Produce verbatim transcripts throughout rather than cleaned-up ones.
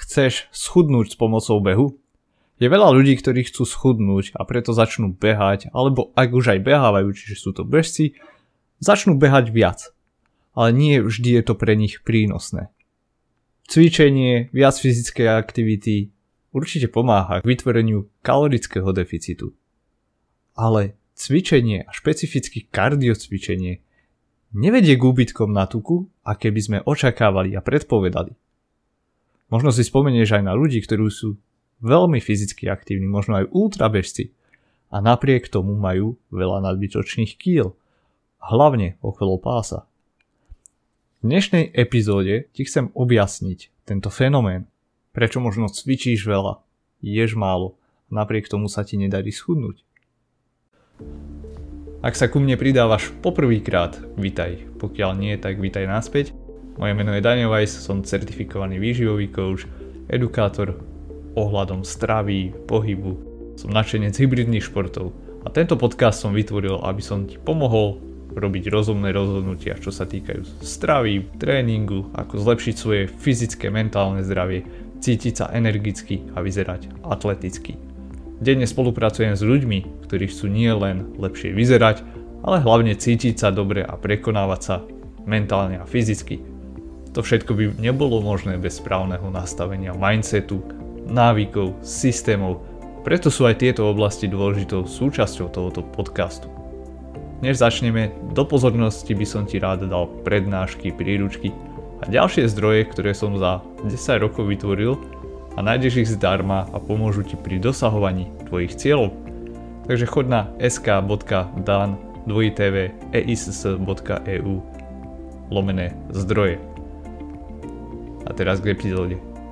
chceš schudnúť s pomocou behu? Je veľa ľudí, ktorí chcú schudnúť a preto začnú behať, alebo ak už aj behávajú, čiže sú to bežci, začnú behať viac. Ale nie vždy je to pre nich prínosné. Cvičenie, viac fyzickej aktivity určite pomáha k vytvoreniu kalorického deficitu. Ale cvičenie a špecificky kardiocvičenie nevedie k úbytkom na tuku, aké by sme očakávali a predpovedali. Možno si spomenieš aj na ľudí, ktorí sú veľmi fyzicky aktívni, možno aj ultrabežci a napriek tomu majú veľa nadbytočných kíl, hlavne okolo pása. V dnešnej epizóde ti chcem objasniť tento fenomén, prečo možno cvičíš veľa, ješ málo a napriek tomu sa ti nedarí schudnúť. Ak sa ku mne pridávaš poprvýkrát, vitaj, pokiaľ nie, tak vitaj naspäť. Moje meno je Daniel Weiss, som certifikovaný výživový coach, edukátor ohľadom stravy, pohybu, som nadšenec hybridných športov a tento podcast som vytvoril, aby som ti pomohol robiť rozumné rozhodnutia, čo sa týkajú stravy, tréningu, ako zlepšiť svoje fyzické, mentálne zdravie, cítiť sa energicky a vyzerať atleticky. Denne spolupracujem s ľuďmi, ktorí chcú nie len lepšie vyzerať, ale hlavne cítiť sa dobre a prekonávať sa mentálne a fyzicky. To všetko by nebolo možné bez správneho nastavenia mindsetu, návykov, systémov, preto sú aj tieto oblasti dôležitou súčasťou tohoto podcastu. Než začneme, do pozornosti by som ti rád dal prednášky, príručky a ďalšie zdroje, ktoré som za desať rokov vytvoril a nájdeš ich zdarma a pomôžu ti pri dosahovaní tvojich cieľov. Takže choď na es ká bodka dan bodka eiss bodka e u lomené zdroje. A teraz k epizóde.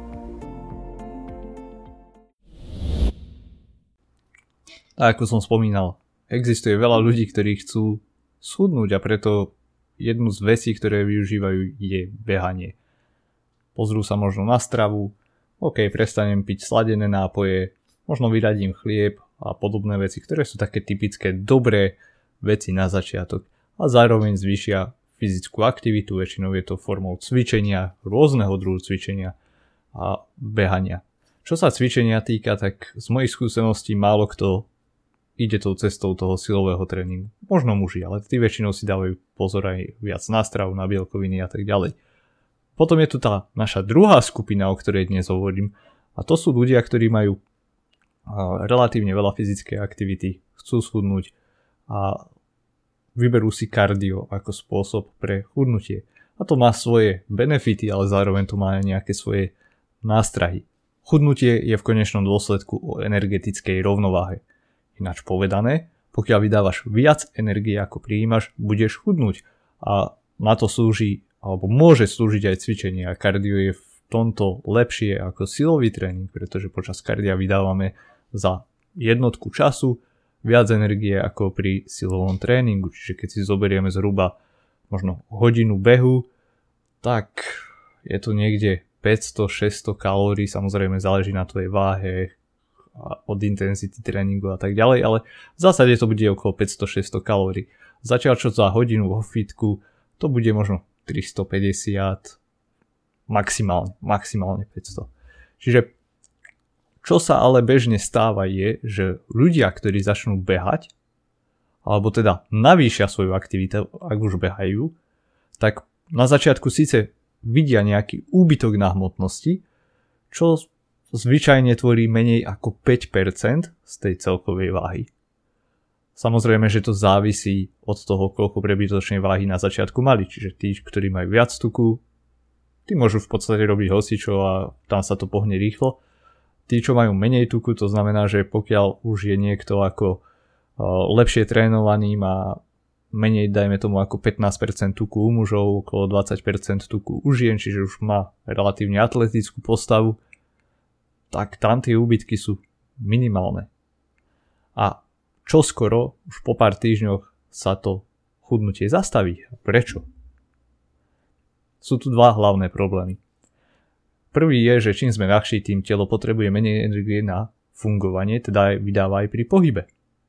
A ako som spomínal, existuje veľa ľudí, ktorí chcú schudnúť a preto jednu z vecí, ktoré využívajú, je behanie. Pozrú sa možno na stravu, ok, prestanem piť sladené nápoje, možno vyradím chlieb a podobné veci, ktoré sú také typické dobré veci na začiatok a zároveň zvýšia fyzickú aktivitu, väčšinou je to formou cvičenia, rôzneho druhu cvičenia a behania. Čo sa cvičenia týka, tak z mojich skúseností málo kto ide tou cestou toho silového tréningu. Možno muži, ale tí väčšinou si dávajú pozor aj viac na stravu, na bielkoviny a tak ďalej. Potom je tu tá naša druhá skupina, o ktorej dnes hovorím, a to sú ľudia, ktorí majú relatívne veľa fyzickej aktivity, chcú schudnúť a vyberú si kardio ako spôsob pre chudnutie. A to má svoje benefity, ale zároveň to má aj nejaké svoje nástrahy. Chudnutie je v konečnom dôsledku o energetickej rovnováhe. Ináč povedané, pokiaľ vydávaš viac energie ako prijímaš, budeš chudnúť. A na to slúži, alebo môže slúžiť aj cvičenie. A kardio je v tomto lepšie ako silový tréning, pretože počas kardia vydávame za jednotku času viac energie ako pri silovom tréningu. Čiže keď si zoberieme zhruba možno hodinu behu, tak je to niekde päťsto až šesťsto kalórií, samozrejme záleží na tvojej váhe, od intenzity tréningu a tak ďalej, ale v zásade to bude okolo päťsto až šesťsto kalórií. Zatiaľ čo za hodinu vo fitku to bude možno tristopäťdesiat, maximálne, maximálne päťsto. Čiže čo sa ale bežne stáva je, že ľudia, ktorí začnú behať, alebo teda navýšia svoju aktivitu, ak už behajú, tak na začiatku síce vidia nejaký úbytok na hmotnosti, čo zvyčajne tvorí menej ako päť percent z tej celkovej váhy. Samozrejme, že to závisí od toho, koľko prebytočnej váhy na začiatku mali. Čiže tí, ktorí majú viac tuku, tí môžu v podstate robiť hocičo a tam sa to pohne rýchlo. Tí, čo majú menej tuku, to znamená, že pokiaľ už je niekto ako lepšie trénovaný, má menej, dajme tomu ako pätnásť percent tuku u mužov, okolo dvadsať percent tuku u žien, čiže už má relatívne atletickú postavu, tak tam tie úbytky sú minimálne. A čoskoro, už po pár týždňoch, sa to chudnutie zastaví. Prečo? Sú tu dva hlavné problémy. Prvý je, že čím sme ľahší, tým telo potrebuje menej energie na fungovanie, teda aj vydáva aj pri pohybe.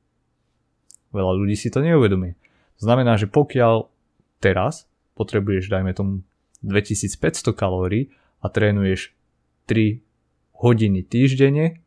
Veľa ľudí si to neuvedomuje. To znamená, že pokiaľ teraz potrebuješ, dajme tomu, dvetisícpäťsto kalórií a trénuješ tri hodiny týždenne.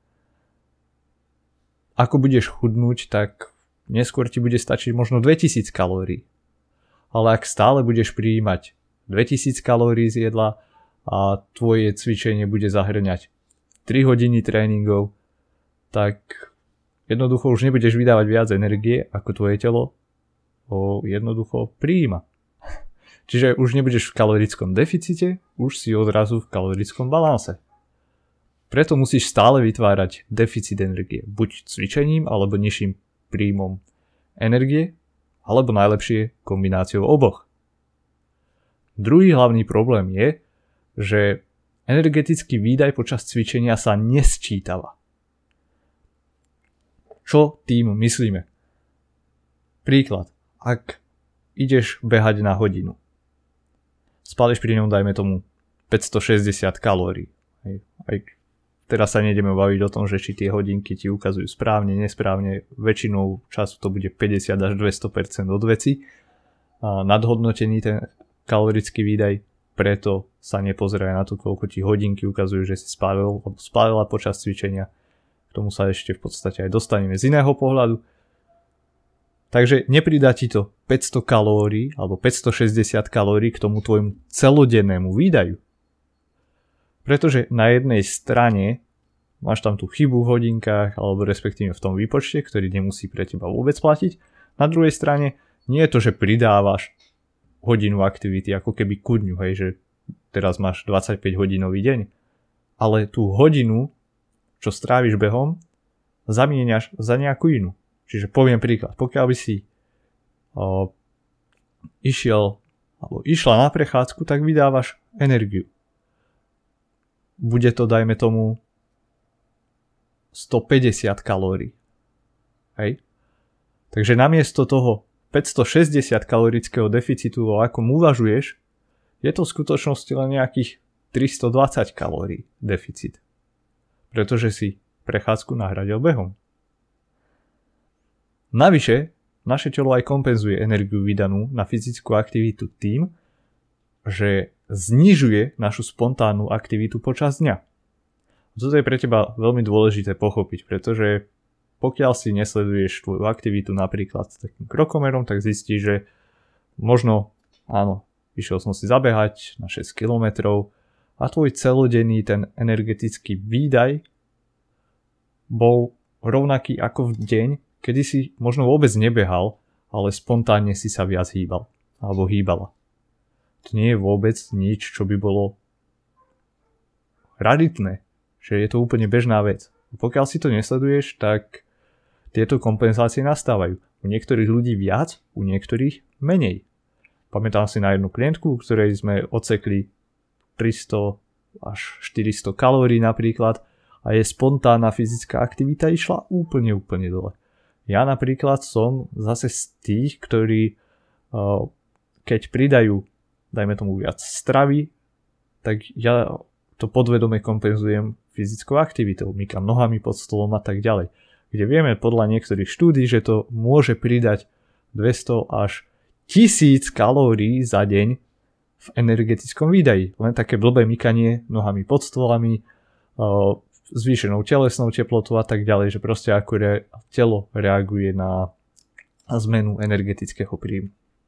Ako budeš chudnúť, tak neskôr ti bude stačiť možno dvetisíc kalórií. Ale ak stále budeš prijímať dvetisíc kalórií z jedla a tvoje cvičenie bude zahrňať tri hodiny tréningov, tak jednoducho už nebudeš vydávať viac energie, ako tvoje telo ho jednoducho prijíma. Čiže už nebudeš v kalorickom deficite, už si odrazu v kalorickom balanse. Preto musíš stále vytvárať deficit energie, buď cvičením alebo nižším príjmom energie, alebo najlepšie kombináciou oboch. Druhý hlavný problém je, že energetický výdaj počas cvičenia sa nesčítava. Čo tým myslíme? Príklad, ak ideš behať na hodinu, spáliš pri ňom, dajme tomu, päťstošesťdesiat kalórií. Aj teraz sa nejdeme baviť o tom, že či tie hodinky ti ukazujú správne, nesprávne. Väčšinou času to bude päťdesiat až dvesto percent od veci. A nadhodnotený ten kalorický výdaj, preto sa nepozeraj na to, koľko ti hodinky ukazujú, že si spálil alebo spálila počas cvičenia. K tomu sa ešte v podstate aj dostaneme z iného pohľadu. Takže nepridá ti to päťsto kalórií alebo päťstošesťdesiat kalórií k tomu tvojmu celodennému výdaju. Pretože na jednej strane máš tam tú chybu v hodinkách alebo respektíve v tom výpočte, ktorý nemusí pre teba vôbec platiť. Na druhej strane nie je to, že pridávaš hodinu aktivity ako keby ku dňu, hej, že teraz máš dvadsaťpäť hodinový deň. Ale tú hodinu, čo stráviš behom, zamieňaš za nejakú inú. Čiže poviem príklad, pokiaľ by si o, išiel alebo išla na prechádzku, tak vydávaš energiu. Bude to, dajme tomu, stopäťdesiat kalórií. Hej? Takže namiesto toho päťstošesťdesiat kalorického deficitu, o akom uvažuješ, je to v skutočnosti len nejakých tristodvadsať kalórií deficit. Pretože si prechádzku nahradil behom. Navyše, naše telo aj kompenzuje energiu vydanú na fyzickú aktivitu tým, že znižuje našu spontánnu aktivitu počas dňa. Toto je pre teba veľmi dôležité pochopiť, pretože pokiaľ si nesleduješ tvoju aktivitu napríklad s takým krokomerom, tak zistíš, že možno, áno, išiel som si zabehať na šesť kilometrov a tvoj celodenný ten energetický výdaj bol rovnaký ako v deň, kedy si možno vôbec nebehal, ale spontánne si sa viac hýbal alebo hýbala. To nie je vôbec nič, čo by bolo raritné, že je to úplne bežná vec. Pokiaľ si to nesleduješ, tak tieto kompenzácie nastávajú. U niektorých ľudí viac, u niektorých menej. Pamätám si na jednu klientku, u ktorej sme odsekli tristo až štyristo kalórií napríklad a jej spontánna fyzická aktivita išla úplne, úplne dole. Ja napríklad som zase z tých, ktorí keď pridajú, dajme tomu viac stravy, tak ja to podvedome kompenzujem fyzickou aktivitou, mykam nohami pod stolom a tak ďalej. Kde vieme podľa niektorých štúdí, že to môže pridať dvesto až tisíc kalórií za deň v energetickom výdaji. Len také blbé mykanie nohami pod stolami, zvýšenou telesnou teplotou a tak ďalej, že proste ako re- telo reaguje na zmenu energetického príjmu.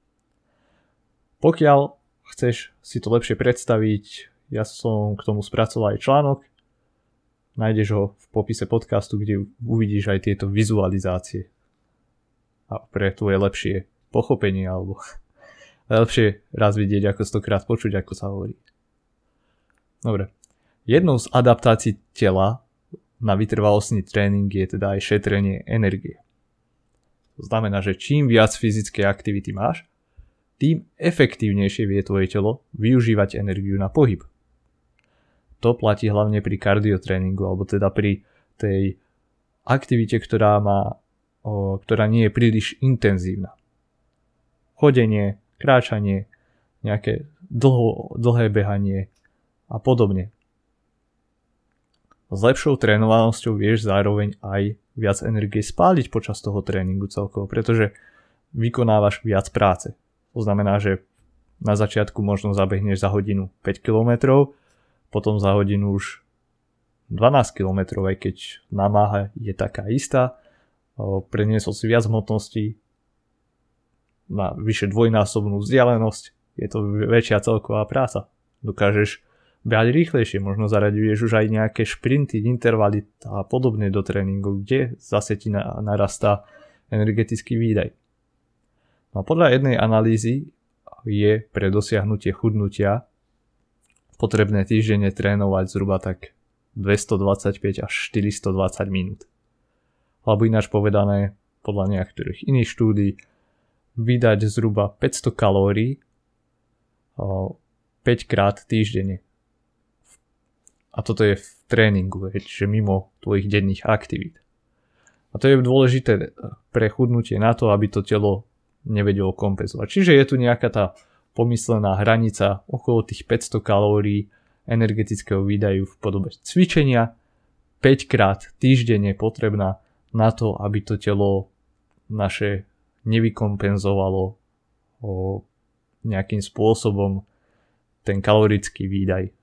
Pokiaľ chceš si to lepšie predstaviť, ja som k tomu spracoval aj článok, nájdeš ho v popise podcastu, kde uvidíš aj tieto vizualizácie. A pre tvoje lepšie pochopenie, alebo lepšie raz vidieť, ako stokrát počuť, ako sa hovorí. Dobre. Jednou z adaptácií tela na vytrvalostný tréning je teda aj šetrenie energie. To znamená, že čím viac fyzickej aktivity máš, tým efektívnejšie vie tvoje telo využívať energiu na pohyb. To platí hlavne pri kardiotréningu, alebo teda pri tej aktivite, ktorá, má, o, ktorá nie je príliš intenzívna. Chodenie, kráčanie, nejaké dlho, dlhé behanie a podobne. S lepšou trénovanosťou vieš zároveň aj viac energie spáliť počas toho tréningu celkovo, pretože vykonávaš viac práce. To znamená, že na začiatku možno zabehneš za hodinu päť kilometrov, potom za hodinu už dvanásť kilometrov, aj keď námaha je taká istá, preniesol si viac hmotností na vyše dvojnásobnú vzdialenosť, je to väčšia celková práca. Dokážeš behať rýchlejšie, možno zaraďuješ už aj nejaké šprinty, intervaly a podobne do tréningov, kde zase ti narastá energetický výdaj. No a podľa jednej analýzy je pre dosiahnutie chudnutia potrebné týždenne trénovať zhruba tak dvestodvadsaťpäť až štyristodvadsať minút. Alebo ináč povedané, podľa niektorých iných štúdií, vydať zhruba päťsto kalórií päť krát týždenne. A toto je v tréningu, čiže mimo tvojich denných aktivít. A to je dôležité pre chudnutie na to, aby to telo nevedelo kompenzovať. Čiže je tu nejaká tá pomyslená hranica okolo tých päťsto kalórií energetického výdaju v podobe cvičenia, päť krát týždenne potrebná na to, aby to telo naše nevykompenzovalo o nejakým spôsobom ten kalorický výdaj.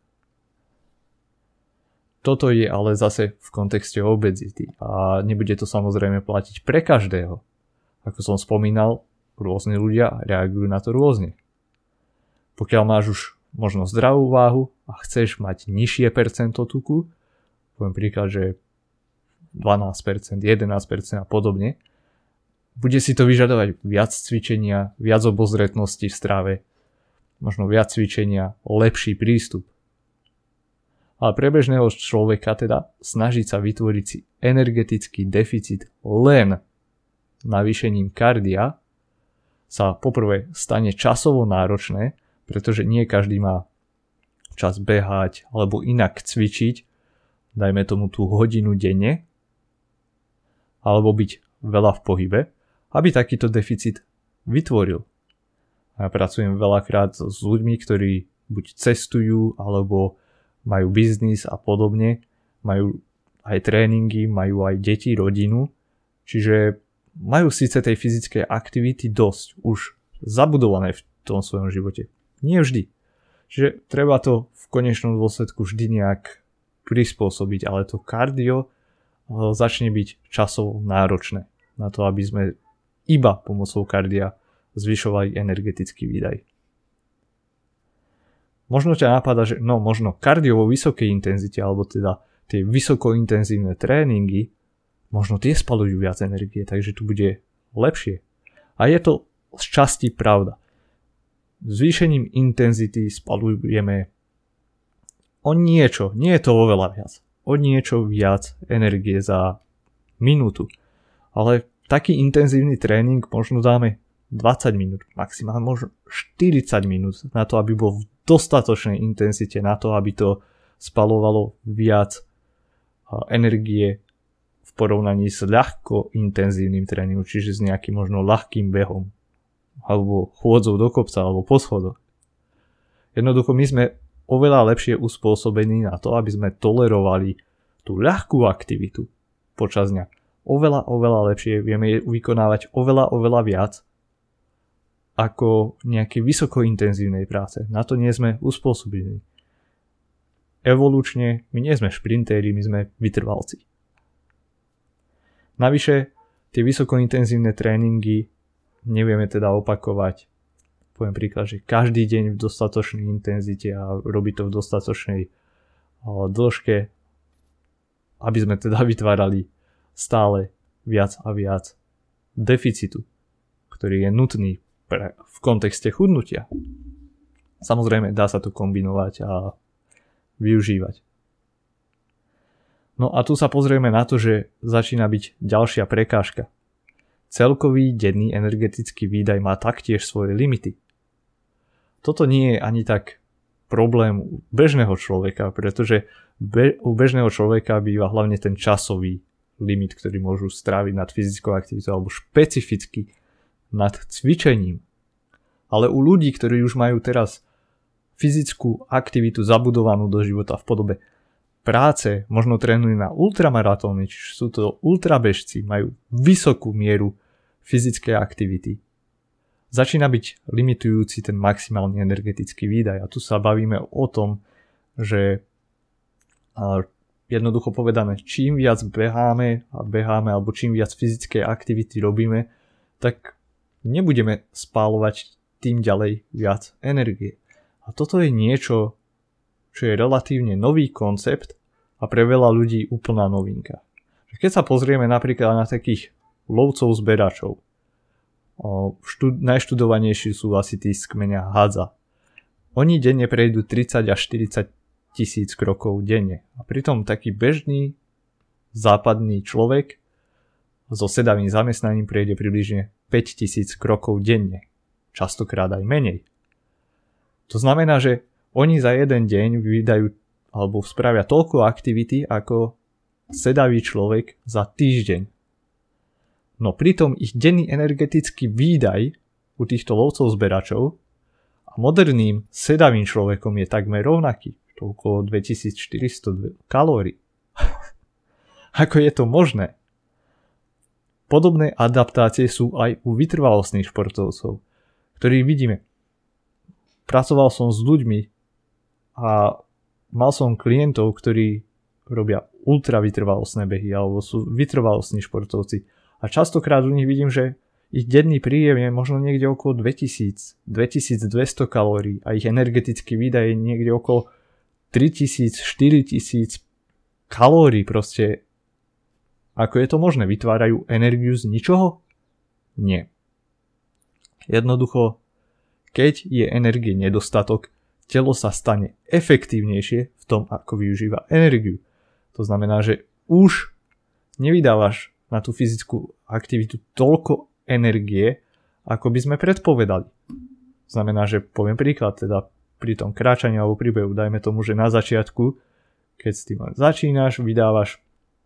Toto je ale zase v kontexte obezity a nebude to samozrejme platiť pre každého. Ako som spomínal, rôzni ľudia reagujú na to rôzne. Pokiaľ máš už možno zdravú váhu a chceš mať nižšie percento tuku, poviem príklad, že dvanásť percent, jedenásť percent a podobne, bude si to vyžadovať viac cvičenia, viac obozretnosti v strave, možno viac cvičenia, lepší prístup. Ale pre bežného človeka teda snažiť sa vytvoriť si energetický deficit len navýšením kardia sa poprvé stane časovo náročné, pretože nie každý má čas behať alebo inak cvičiť, dajme tomu tú hodinu denne, alebo byť veľa v pohybe, aby takýto deficit vytvoril. A ja pracujem veľakrát s ľuďmi, ktorí buď cestujú, alebo majú biznis a podobne, majú aj tréningy, majú aj deti, rodinu, čiže majú síce tej fyzickej aktivity dosť už zabudované v tom svojom živote. Nie vždy. Čiže treba to v konečnom dôsledku vždy nejak prispôsobiť, ale to kardio začne byť časovo náročné na to, aby sme iba pomocou kardia zvyšovali energetický výdaj. Možno ťa napadá, že no možno kardio vo vysokej intenzite, alebo teda tie vysokointenzívne tréningy, možno tie spalujú viac energie, takže tu bude lepšie. A je to z časti pravda. Zvýšením intenzity spalujeme o niečo, nie je to oveľa viac, o niečo viac energie za minútu. Ale taký intenzívny tréning možno dáme dvadsať minút, maximálne možno štyridsať minút na to, aby bol v dostatočnej intenzite, na to, aby to spalovalo viac energie v porovnaní s ľahko intenzívnym tréningom, čiže s nejakým možno ľahkým behom alebo chôdzou do kopca alebo po schodoch. Jednoducho my sme oveľa lepšie uspôsobení na to, aby sme tolerovali tú ľahkú aktivitu počas dňa. Oveľa, oveľa lepšie vieme vykonávať oveľa, oveľa viac ako nejaké vysokointenzívnej práce. Na to nie sme uspôsobení. Evolučne my nie sme šprintéri, my sme vytrvalci. Navyše tie vysokointenzívne tréningy nevieme teda opakovať. Poviem príklad, že každý deň v dostatočnej intenzite a robiť to v dostatočnej dĺžke, aby sme teda vytvárali stále viac a viac deficitu, ktorý je nutný pre, v kontexte chudnutia. Samozrejme dá sa to kombinovať a využívať. No a tu sa pozrieme na to, že začína byť ďalšia prekážka. Celkový denný energetický výdaj má taktiež svoje limity. Toto nie je ani tak problém u bežného človeka, pretože be- u bežného človeka býva hlavne ten časový limit, ktorý môžu stráviť nad fyzickou aktivitou alebo špecificky nad cvičením. Ale u ľudí, ktorí už majú teraz fyzickú aktivitu zabudovanú do života v podobe práce, možno trénujú na ultramaratóny, čiže sú to ultrabežci, majú vysokú mieru fyzickej aktivity. Začína byť limitujúci ten maximálny energetický výdaj. A tu sa bavíme o tom, že jednoducho povedané, čím viac beháme a beháme, alebo čím viac fyzickej aktivity robíme, tak nebudeme spáľovať tým ďalej viac energie. A toto je niečo, čo je relatívne nový koncept a pre veľa ľudí úplná novinka. Keď sa pozrieme napríklad na takých lovcov zberačov, štud- najštudovanejší sú asi tí z kmeňa Hadza. Oni denne prejdú tridsať až štyridsať tisíc krokov denne. A pritom taký bežný západný človek so sedavým zamestnaním prejde približne päť tisíc krokov denne. Častokrát aj menej. To znamená, že oni za jeden deň vydajú alebo spravia toľko aktivity ako sedavý človek za týždeň. No pritom ich denný energetický výdaj u týchto lovcov zberačov a moderným sedavým človekom je takmer rovnaký. Okolo dvetisícštyristo kalórií. Ako je to možné? Podobné adaptácie sú aj u vytrvalostných športovcov, ktorých vidíme. Pracoval som s ľuďmi a mal som klientov, ktorí robia ultravytrvalostné behy alebo sú vytrvalostní športovci. A častokrát u nich vidím, že ich denný príjem je možno niekde okolo dvetisíc, dvetisícdvesto kalórií a ich energetický výdaj je niekde okolo tritisíc, štyritisíc kalórií. Proste ako je to možné? Vytvárajú energiu z ničoho? Nie. Jednoducho, keď je energie nedostatok, telo sa stane efektívnejšie v tom, ako využíva energiu. To znamená, že už nevydávaš na tú fyzickú aktivitu toľko energie, ako by sme predpovedali. Znamená, že poviem príklad, teda pri tom kráčaní alebo pri behu, dajme tomu, že na začiatku, keď s tým začínaš, vydávaš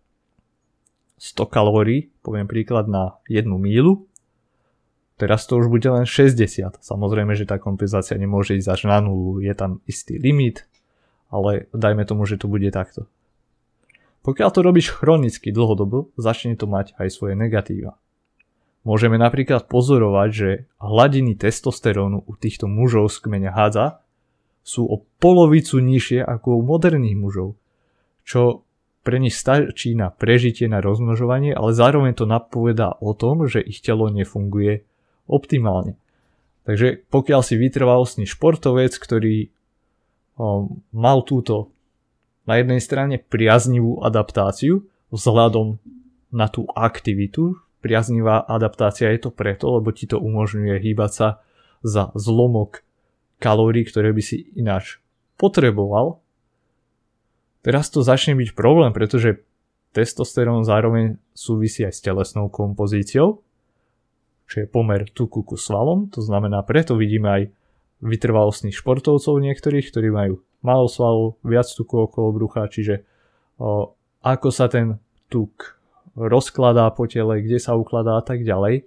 sto kalórií, poviem príklad, na jednu míľu, teraz to už bude len šesťdesiat. Samozrejme, že tá kompenzácia nemôže ísť až na nulu, je tam istý limit, ale dajme tomu, že to bude takto. Pokiaľ to robíš chronicky dlhodobo, začne to mať aj svoje negatíva. Môžeme napríklad pozorovať, že hladiny testosterónu u týchto mužov z kmeňa Hadza sú o polovicu nižšie ako u moderných mužov, čo pre nich stačí na prežitie, na rozmnožovanie, ale zároveň to napovedá o tom, že ich telo nefunguje optimálne. Takže pokiaľ si vytrvalostný športovec, ktorý um, mal túto na jednej strane priaznivú adaptáciu vzhľadom na tú aktivitu, priaznivá adaptácia je to preto, lebo ti to umožňuje hýbať sa za zlomok kalórií, ktoré by si ináč potreboval. Teraz to začne byť problém, pretože testosterón zároveň súvisí aj s telesnou kompozíciou, čo je pomer tuku ku svalom. To znamená, preto vidíme aj vytrvalostných športovcov niektorých, ktorí majú málo svalov, viac tuku okolo brucha, čiže o, ako sa ten tuk rozkladá po tele, kde sa ukladá a tak ďalej.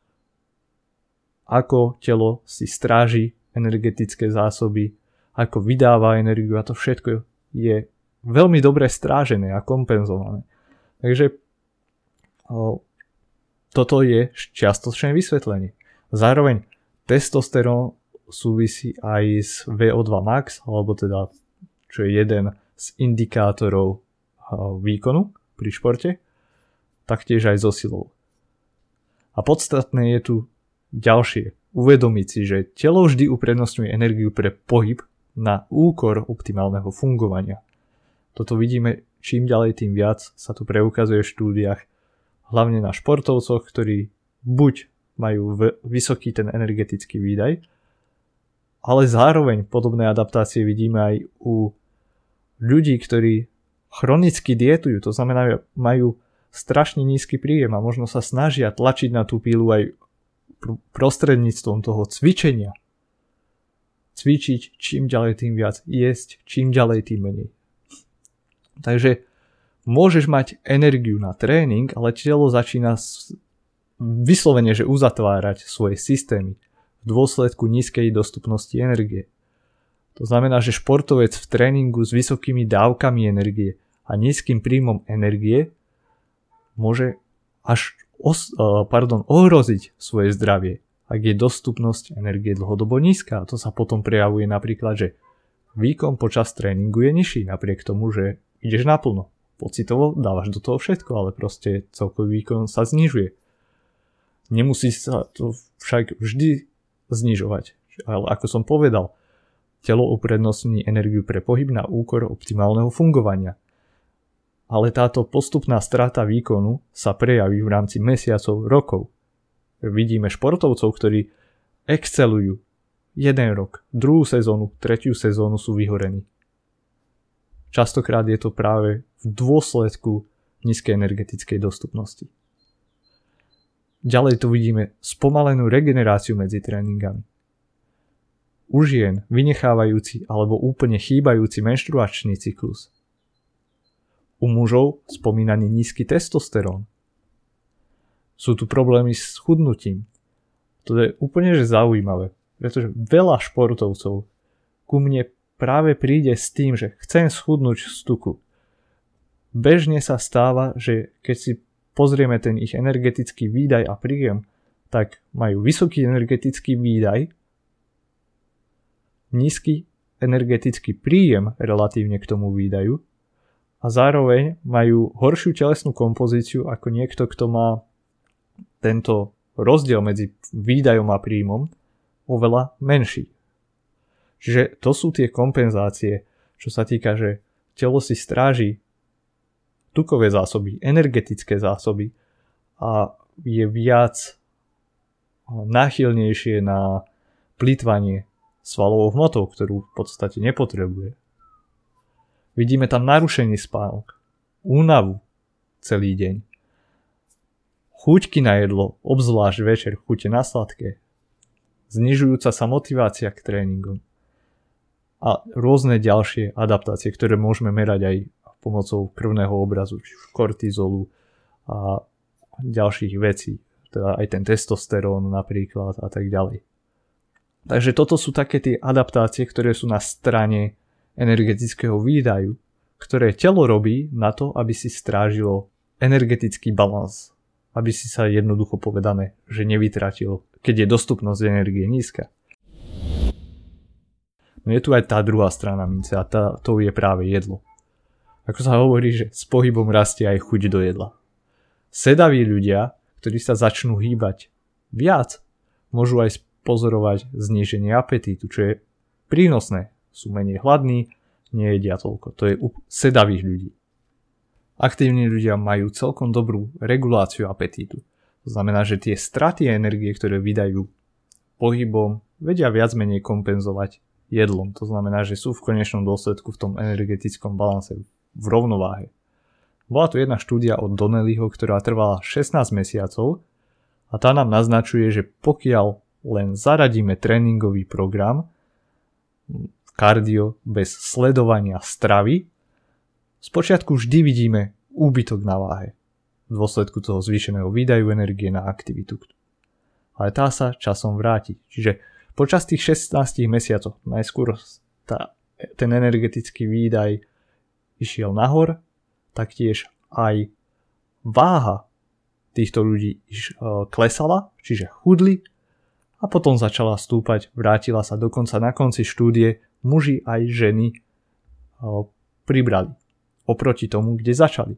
Ako telo si stráži energetické zásoby, ako vydáva energiu a to všetko je veľmi dobre strážené a kompenzované. Takže o, toto je čiastočné vysvetlenie. Zároveň testosterón súvisí aj s vé ó dva max, alebo teda čo je jeden z indikátorov o, výkonu pri športe, taktiež aj so silou. A podstatné je tu ďalšie. Uvedomiť si, že telo vždy uprednostňuje energiu pre pohyb na úkor optimálneho fungovania. Toto vidíme čím ďalej tým viac, sa tu preukazuje v štúdiách, hlavne na športovcoch, ktorí buď majú v- vysoký ten energetický výdaj, ale zároveň podobné adaptácie vidíme aj u ľudí, ktorí chronicky dietujú, to znamená, majú strašne nízky príjem a možno sa snažia tlačiť na tú pílu aj prostredníctvom toho cvičenia. Cvičiť čím ďalej tým viac, jesť čím ďalej tým menej. Takže môžeš mať energiu na tréning, ale telo začína vyslovene, že uzatvárať svoje systémy v dôsledku nízkej dostupnosti energie. To znamená, že športovec v tréningu s vysokými dávkami energie a nízkym príjmom energie môže až os, pardon, ohroziť svoje zdravie, ak je dostupnosť energie dlhodobo nízka. A to sa potom prejavuje napríklad, že výkon počas tréningu je nižší, napriek tomu, že ideš naplno. pocitovo dávaš do toho všetko, ale proste celkový výkon sa znižuje. Nemusí sa to však vždy znižovať. Ale ako som povedal, telo uprednostní energiu pre pohyb na úkor optimálneho fungovania. Ale táto postupná strata výkonu sa prejaví v rámci mesiacov, rokov. Vidíme športovcov, ktorí excelujú jeden rok, druhú sezónu, tretiu sezónu sú vyhorení. Častokrát je to práve v dôsledku nízkej energetickej dostupnosti. Ďalej tu vidíme spomalenú regeneráciu medzi tréningami. U žien vynechávajúci alebo úplne chýbajúci menštruačný cyklus. U mužov spomínaný nízky testosterón. Sú tu problémy s chudnutím. To je úplne že zaujímavé, pretože veľa športovcov ku mne práve príde s tým, že chcem schudnúť z tuku. Bežne sa stáva, že keď si pozrieme ten ich energetický výdaj a príjem, tak majú vysoký energetický výdaj, nízky energetický príjem relatívne k tomu výdaju a zároveň majú horšiu telesnú kompozíciu ako niekto, kto má tento rozdiel medzi výdajom a príjmom oveľa menší. Čiže to sú tie kompenzácie, čo sa týka, že telo si stráži tukové zásoby, energetické zásoby a je viac náchylnejšie na plytvanie svalovou hmotou, ktorú v podstate nepotrebuje. Vidíme tam narušený spánok, únavu celý deň, chuťky na jedlo, obzvlášť večer, chute na sladké, znižujúca sa motivácia k tréningom a rôzne ďalšie adaptácie, ktoré môžeme merať aj pomocou krvného obrazu, či už kortizolu a ďalších vecí, teda aj ten testosterón napríklad a tak ďalej. Takže toto sú také tie adaptácie, ktoré sú na strane energetického výdaju, ktoré telo robí na to, aby si strážilo energetický balans, aby si sa jednoducho povedané, že nevytratilo, keď je dostupnosť energie nízka. No je tu aj tá druhá strana mince a tá, to je práve jedlo. Ako sa hovorí, že s pohybom rastie aj chuť do jedla. Sedaví ľudia, ktorí sa začnú hýbať viac, môžu aj pozorovať zníženie apetítu, čo je prínosné. Sú menej hladní, nejedia toľko. To je u sedavých ľudí. Aktívni ľudia majú celkom dobrú reguláciu apetítu. To znamená, že tie straty energie, ktoré vydajú pohybom, vedia viac menej kompenzovať jedlom. To znamená, že sú v konečnom dôsledku v tom energetickom balanse v rovnováhe. Bola tu jedna štúdia od Donnellyho, ktorá trvala šestnásť mesiacov a tá nám naznačuje, že pokiaľ len zaradíme tréningový program, kardio bez sledovania stravy, spočiatku vždy vidíme úbytok na váhe v dôsledku toho zvýšeného výdaju energie na aktivitu. Ale tá sa časom vráti. Čiže počas tých šestnástich mesiacov najskôr tá, ten energetický výdaj išiel nahor, taktiež aj váha týchto ľudí klesala, čiže chudli, a potom začala stúpať, vrátila sa dokonca na konci štúdie, muži aj ženy pribrali oproti tomu, kde začali.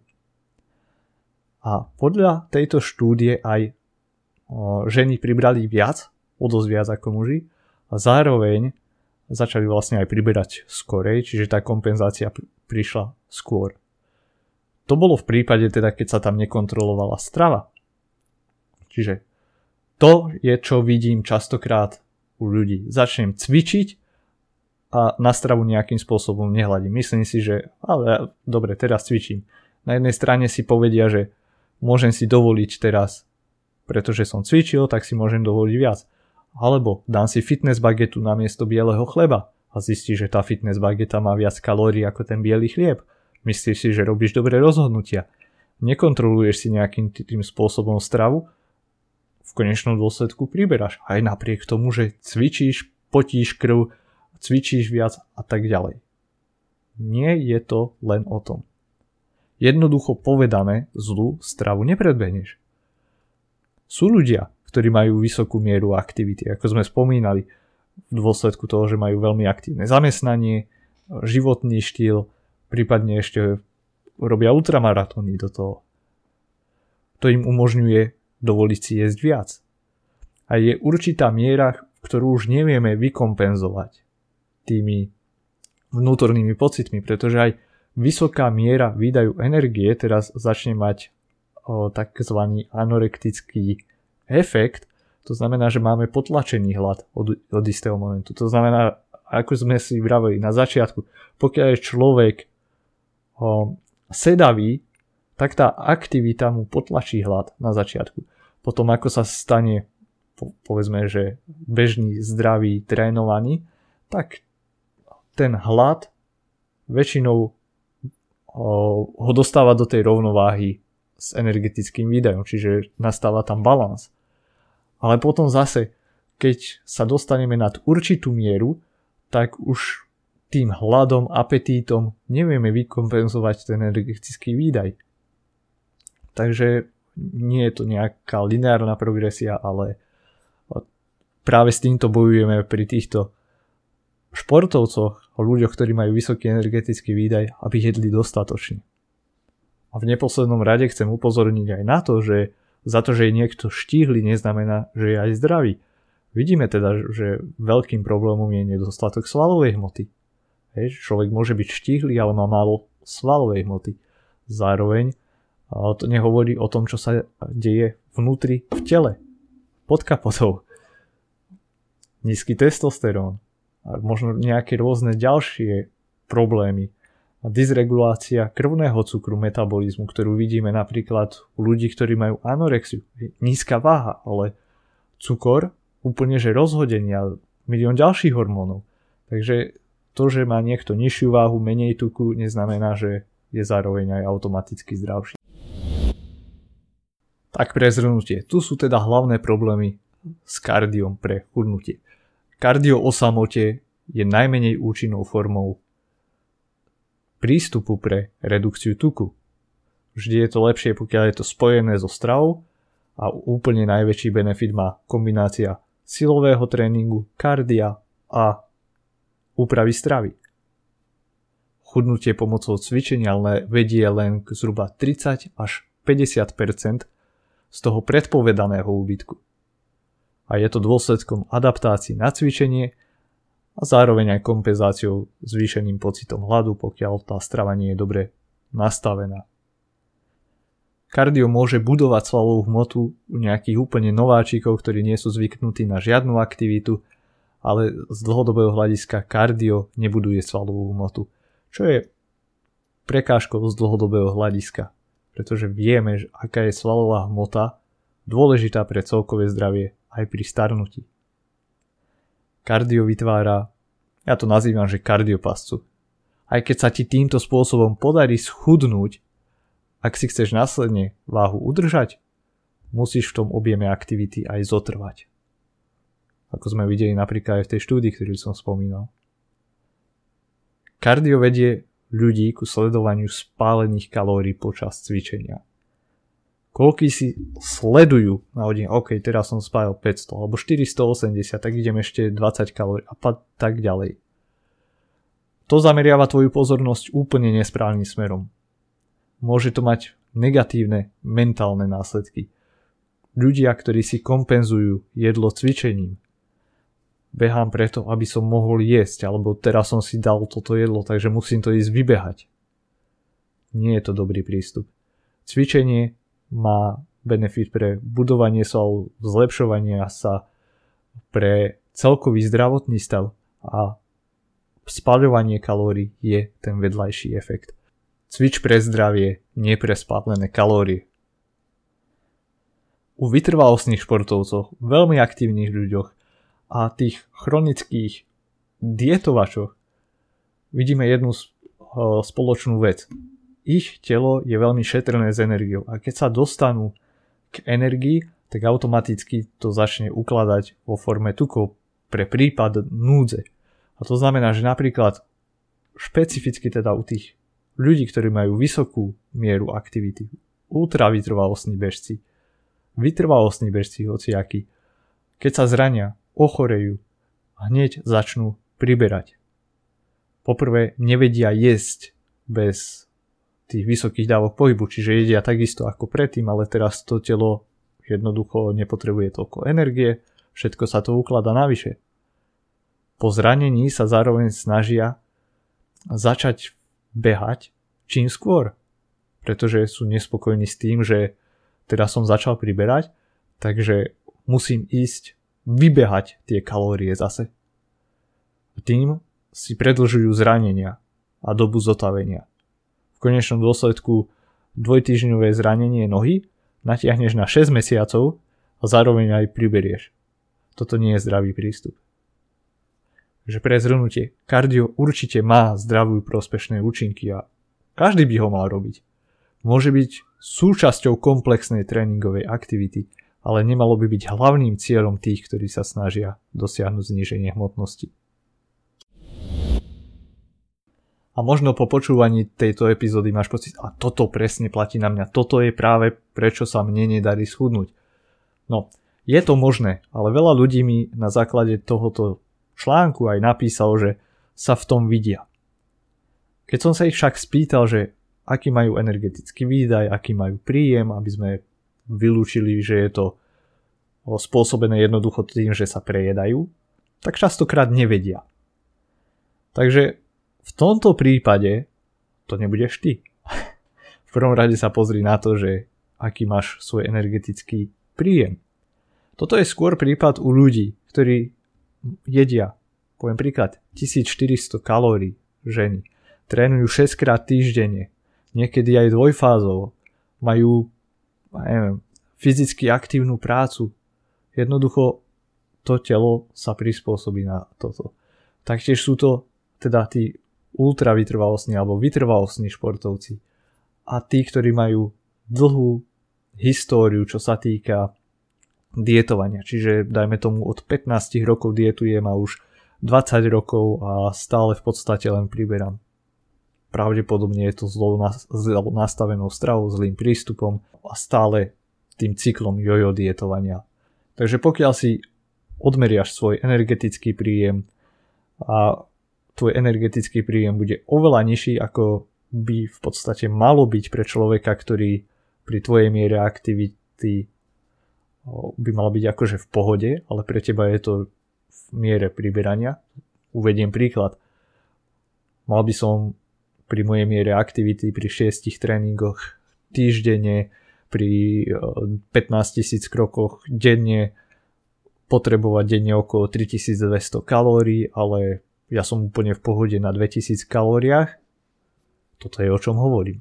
A podľa tejto štúdie aj ženy pribrali viac, o dosť viac ako muži, a zároveň začali vlastne aj priberať skorej, čiže tá kompenzácia prišla skôr. To bolo v prípade teda, keď sa tam nekontrolovala strava. Čiže to je, čo vidím častokrát u ľudí. Začnem cvičiť a na stravu nejakým spôsobom nehľadím. Myslím si, že ale dobre, teraz cvičím. Na jednej strane si povedia, že môžem si dovoliť teraz, pretože som cvičil, tak si môžem dovoliť viac. Alebo dám si fitness bagetu namiesto bieleho chleba a zistíš, že tá fitness bageta má viac kalórií ako ten biely chlieb. Myslíš si, že robíš dobré rozhodnutia. Nekontroluješ si nejakým tým spôsobom stravu, v konečnom dôsledku priberáš. Aj napriek tomu, že cvičíš, potíš krv, cvičíš viac a tak ďalej. Nie je to len o tom. Jednoducho povedané, zlú stravu nepredbehneš. Sú ľudia, ktorí majú vysokú mieru aktivity, ako sme spomínali, v dôsledku toho, že majú veľmi aktívne zamestnanie, životný štýl, prípadne ešte robia ultramaratóny do toho. To im umožňuje dovoliť si jesť viac. A je určitá miera, ktorú už nevieme vykompenzovať tými vnútornými pocitmi, pretože aj vysoká miera výdajú energie teraz začne mať o, takzvaný anorektický efekt. To znamená, že máme potlačený hlad od, od istého momentu. To znamená, ako sme si vraveli na začiatku, pokiaľ je človek o, sedavý, tak tá aktivita mu potlačí hlad na začiatku. Potom ako sa stane, po, povedzme, že bežný, zdravý, trénovaný, tak ten hlad väčšinou o, ho dostáva do tej rovnováhy s energetickým výdajom, čiže nastáva tam balans. Ale potom zase, keď sa dostaneme nad určitú mieru, tak už tým hladom, apetítom nevieme vykompenzovať ten energetický výdaj. Takže nie je to nejaká lineárna progresia, ale práve s týmto bojujeme pri týchto športovcoch, ľuďoch, ktorí majú vysoký energetický výdaj, aby jedli dostatočne. A v neposlednom rade chcem upozorniť aj na to, že za to, že je niekto štíhly, neznamená, že je aj zdravý. Vidíme teda, že veľkým problémom je nedostatok svalovej hmoty. Hej, človek môže byť štíhly, ale má málo svalovej hmoty. Zároveň to nehovorí o tom, čo sa deje vnútri v tele, pod kapotou. Nízky testosterón a možno nejaké rôzne ďalšie problémy. A dysregulácia krvného cukru, metabolizmu, ktorú vidíme napríklad u ľudí, ktorí majú anorexiu. Nízka váha, ale cukor úplne že rozhodenia, milión ďalších hormónov. Takže to, že má niekto nižšiu váhu, menej tuku, neznamená, že je zároveň aj automaticky zdravší. Tak pre zhrnutie. Tu sú teda hlavné problémy s kardiom pre chudnutie. Kardio o samote je najmenej účinnou formou prístupu pre redukciu tuku. Vždy je to lepšie, pokiaľ je to spojené so stravou a úplne najväčší benefit má kombinácia silového tréningu, kardia a úpravy stravy. Chudnutie pomocou cvičenia vedie len k zhruba tridsať až päťdesiat percent z toho predpovedaného úbytku. A je to dôsledkom adaptácií na cvičenie a zároveň aj kompenzáciou zvýšeným pocitom hladu, pokiaľ tá strava nie je dobre nastavená. Kardio môže budovať svalovú hmotu u nejakých úplne nováčikov, ktorí nie sú zvyknutí na žiadnu aktivitu, ale z dlhodobého hľadiska kardio nebuduje svalovú hmotu, čo je prekážkou z dlhodobého hľadiska, pretože vieme, že aká je svalová hmota dôležitá pre celkové zdravie aj pri starnutí. Kardio vytvára, ja to nazývam, že kardiopascu. Aj keď sa ti týmto spôsobom podarí schudnúť, ak si chceš následne váhu udržať, musíš v tom objeme aktivity aj zotrvať. Ako sme videli napríklad aj v tej štúdii, ktorú som spomínal. Kardio vedie ľudí ku sledovaniu spálených kalórií počas cvičenia. Koľký si sledujú na hodine, ok, teraz som spálil päťsto alebo štyristoosemdesiat, tak idem ešte dvadsať kalórií a tak ďalej. To zameriava tvoju pozornosť úplne nesprávnym smerom. Môže to mať negatívne mentálne následky. Ľudia, ktorí si kompenzujú jedlo cvičením. Behám preto, aby som mohol jesť, alebo teraz som si dal toto jedlo, takže musím to ísť vybehať. Nie je to dobrý prístup. Cvičenie má benefit pre budovanie svalov, zlepšovanie sa, pre celkový zdravotný stav a spaľovanie kalórií je ten vedľajší efekt. Cvič pre zdravie, nie pre spálené kalórie. U vytrvalostných športovcov, veľmi aktívnych ľuďoch a tých chronických dietovačoch vidíme jednu spoločnú vec. Ich telo je veľmi šetrné s energiou a keď sa dostanú k energii, tak automaticky to začne ukladať vo forme tukov pre prípad núdze. A to znamená, že napríklad špecificky teda u tých ľudí, ktorí majú vysokú mieru aktivity, ultravytrvalostní bežci, vytrvalostní bežci hociakí, keď sa zrania, ochorejú, hneď začnú priberať. Poprvé nevedia jesť bez tých vysokých dávok pohybu, čiže jedia takisto ako predtým, ale teraz to telo jednoducho nepotrebuje toľko energie, všetko sa to ukladá navyše. Po zranení sa zároveň snažia začať behať čím skôr, pretože sú nespokojní s tým, že teraz som začal priberať, takže musím ísť vybehať tie kalórie zase. Tým si predĺžujú zranenia a dobu zotavenia. V konečnom dôsledku dvojtýždňové zranenie nohy natiahneš na šesť mesiacov a zároveň aj priberieš. Toto nie je zdravý prístup. Takže pre zhrnutie, kardio určite má zdravú prospešné účinky a každý by ho mal robiť. Môže byť súčasťou komplexnej tréningovej aktivity, ale nemalo by byť hlavným cieľom tých, ktorí sa snažia dosiahnuť zníženie hmotnosti. A možno po počúvaní tejto epizódy máš pocit, a toto presne platí na mňa, toto je práve prečo sa mne nedarí schudnúť. No, je to možné, ale veľa ľudí mi na základe tohoto článku aj napísalo, že sa v tom vidia. Keď som sa ich však spýtal, že aký majú energetický výdaj, aký majú príjem, aby sme vylúčili, že je to spôsobené jednoducho tým, že sa prejedajú, tak častokrát nevedia. Takže v tomto prípade to nebudeš ty. V prvom rade sa pozri na to, že aký máš svoj energetický príjem. Toto je skôr prípad u ľudí, ktorí jedia, poviem príklad, tisícštyristo kalórií ženy, trénujú šesť krát týždenne, niekedy aj dvojfázov, majú neviem, fyzicky aktívnu prácu. Jednoducho to telo sa prispôsobí na toto. Taktiež sú to teda tí ultravytrvalostní alebo vytrvalostní športovci a tí, ktorí majú dlhú históriu, čo sa týka dietovania. Čiže dajme tomu od pätnásť rokov dietujem a už dvadsať rokov a stále v podstate len priberám. Pravdepodobne je to zlou nastavenou stravou, zlým prístupom a stále tým cyklom jojo dietovania. Takže pokiaľ si odmeriaš svoj energetický príjem a tvoj energetický príjem bude oveľa nižší, ako by v podstate malo byť pre človeka, ktorý pri tvojej miere aktivity by mal byť akože v pohode, ale pre teba je to v miere priberania. Uvediem príklad. Mal by som pri mojej miere aktivity pri šiestich tréningoch týždenne, pri pätnásť tisíc krokoch denne potrebovať denne okolo tritisícdvesto kalórií, ale ja som úplne v pohode na dvetisíc kalóriách. Toto je o čom hovorím.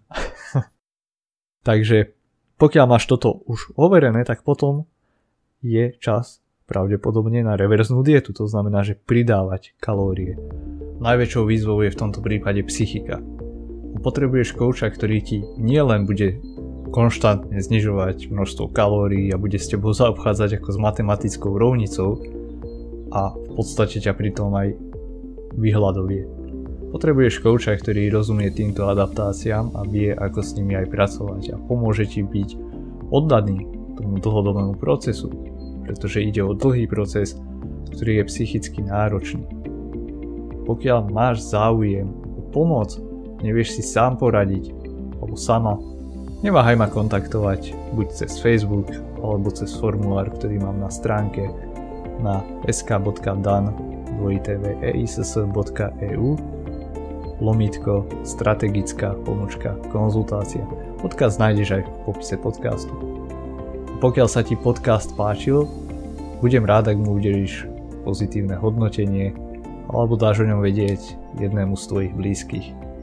Takže pokiaľ máš toto už overené, tak potom je čas pravdepodobne na reverznú dietu. To znamená, že pridávať kalórie. Najväčšou výzvou je v tomto prípade psychika. Potrebuješ kouča, ktorý ti nielen bude konštantne znižovať množstvo kalórií a bude s tebou zaobchádzať ako s matematickou rovnicou a v podstate ťa pritom aj vyhľadovie. Potrebuješ kouča, ktorý rozumie týmto adaptáciám a vie, ako s nimi aj pracovať a pomôže ti byť oddaný tomu dlhodobému procesu, pretože ide o dlhý proces, ktorý je psychicky náročný. Pokiaľ máš záujem o pomoc, nevieš si sám poradiť alebo sama, neváhaj ma kontaktovať buď cez Facebook alebo cez formulár, ktorý mám na stránke na es ká bodka dan dvojité vé é í es es bodka é ú lomítko strategická pomočka konzultácia. Odkaz nájdeš aj v popise podcastu. Pokiaľ sa ti podcast páčil, budem rád, ak mu udelíš pozitívne hodnotenie alebo dáš o ňom vedieť jednému z tvojich blízkych.